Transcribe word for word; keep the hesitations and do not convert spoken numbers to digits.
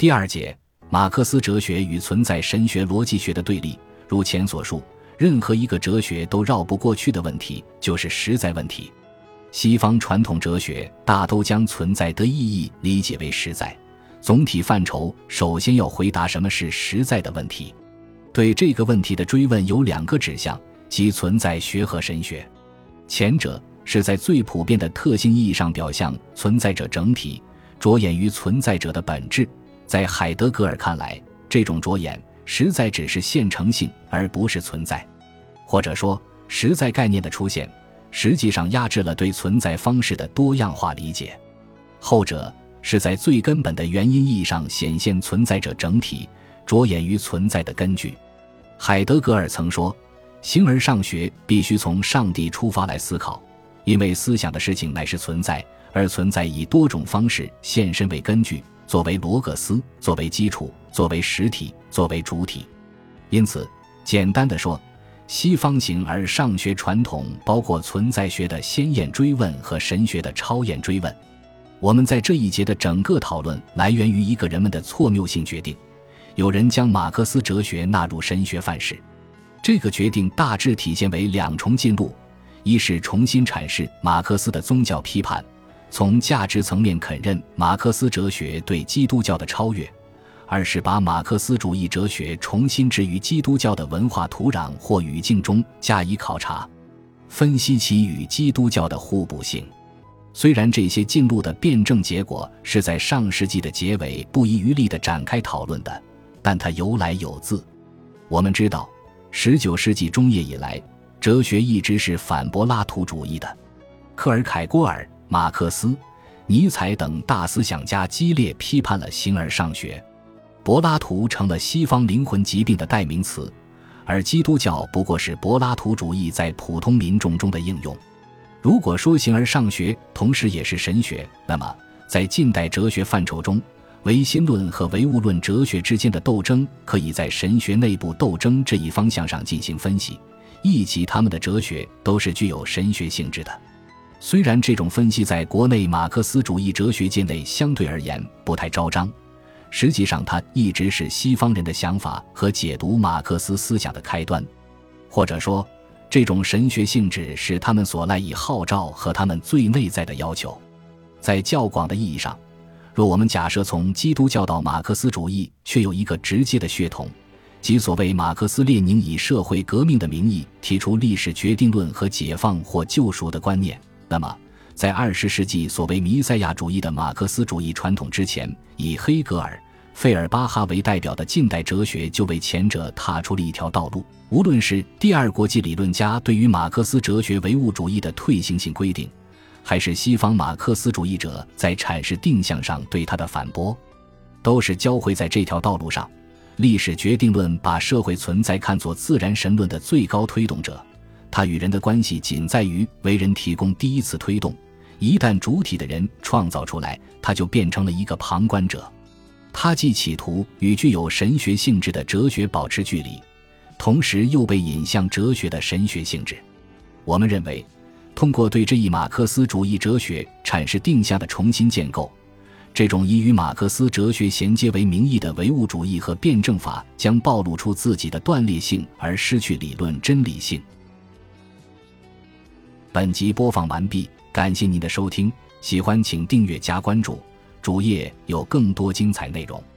第二节，马克思哲学与存在神学逻辑学的对立。如前所述，任何一个哲学都绕不过去的问题就是实在问题。西方传统哲学大都将存在的意义理解为实在，总体范畴首先要回答什么是实在的问题。对这个问题的追问有两个指向，即存在学和神学。前者是在最普遍的特性意义上表象存在者整体，着眼于存在者的本质。在海德格尔看来，这种着眼实在只是现成性而不是存在，或者说实在概念的出现实际上压制了对存在方式的多样化理解。后者是在最根本的原因意义上显现存在者整体，着眼于存在的根据。海德格尔曾说，形而上学必须从上帝出发来思考，因为思想的事情乃是存在，而存在以多种方式现身为根据，作为罗格斯，作为基础，作为实体，作为主体。因此简单地说，西方形而上学传统包括存在学的先验追问和神学的超验追问。我们在这一节的整个讨论来源于一个人们的错谬性决定，有人将马克思哲学纳入神学范式。这个决定大致体现为两重进路，一是重新阐释马克思的宗教批判，从价值层面肯认马克思哲学对基督教的超越；二是把马克思主义哲学重新置于基督教的文化土壤或语境中加以考察，分析其与基督教的互补性。虽然这些进路的辩证结果是在上世纪的结尾不遗余力地展开讨论的，但它由来有自。我们知道十九世纪中叶以来，哲学一直是反柏拉图主义的。克尔凯郭尔、马克思、尼采等大思想家激烈批判了形而上学，柏拉图成了西方灵魂疾病的代名词，而基督教不过是柏拉图主义在普通民众中的应用。如果说形而上学同时也是神学，那么在近代哲学范畴中，唯心论和唯物论哲学之间的斗争可以在神学内部斗争这一方向上进行分析，亦即他们的哲学都是具有神学性质的。虽然这种分析在国内马克思主义哲学界内相对而言不太招彰，实际上它一直是西方人的想法和解读马克思思想的开端。或者说，这种神学性质是他们所赖以号召和他们最内在的要求。在较广的意义上，若我们假设从基督教到马克思主义却有一个直接的血统，即所谓马克思列宁以社会革命的名义提出历史决定论和解放或救赎的观念，那么在二十世纪所谓弥赛亚主义的马克思主义传统之前，以黑格尔、费尔巴哈为代表的近代哲学就为前者踏出了一条道路。无论是第二国际理论家对于马克思哲学唯物主义的退行性规定，还是西方马克思主义者在阐释定向上对他的反驳，都是交汇在这条道路上。历史决定论把社会存在看作自然神论的最高推动者，它与人的关系仅在于为人提供第一次推动，一旦主体的人创造出来，他就变成了一个旁观者。他既企图与具有神学性质的哲学保持距离，同时又被引向哲学的神学性质。我们认为，通过对这一马克思主义哲学阐释定向的重新建构，这种以与马克思哲学衔接为名义的唯物主义和辩证法将暴露出自己的断裂性而失去理论真理性。本集播放完毕，感谢您的收听，喜欢请订阅加关注，主页有更多精彩内容。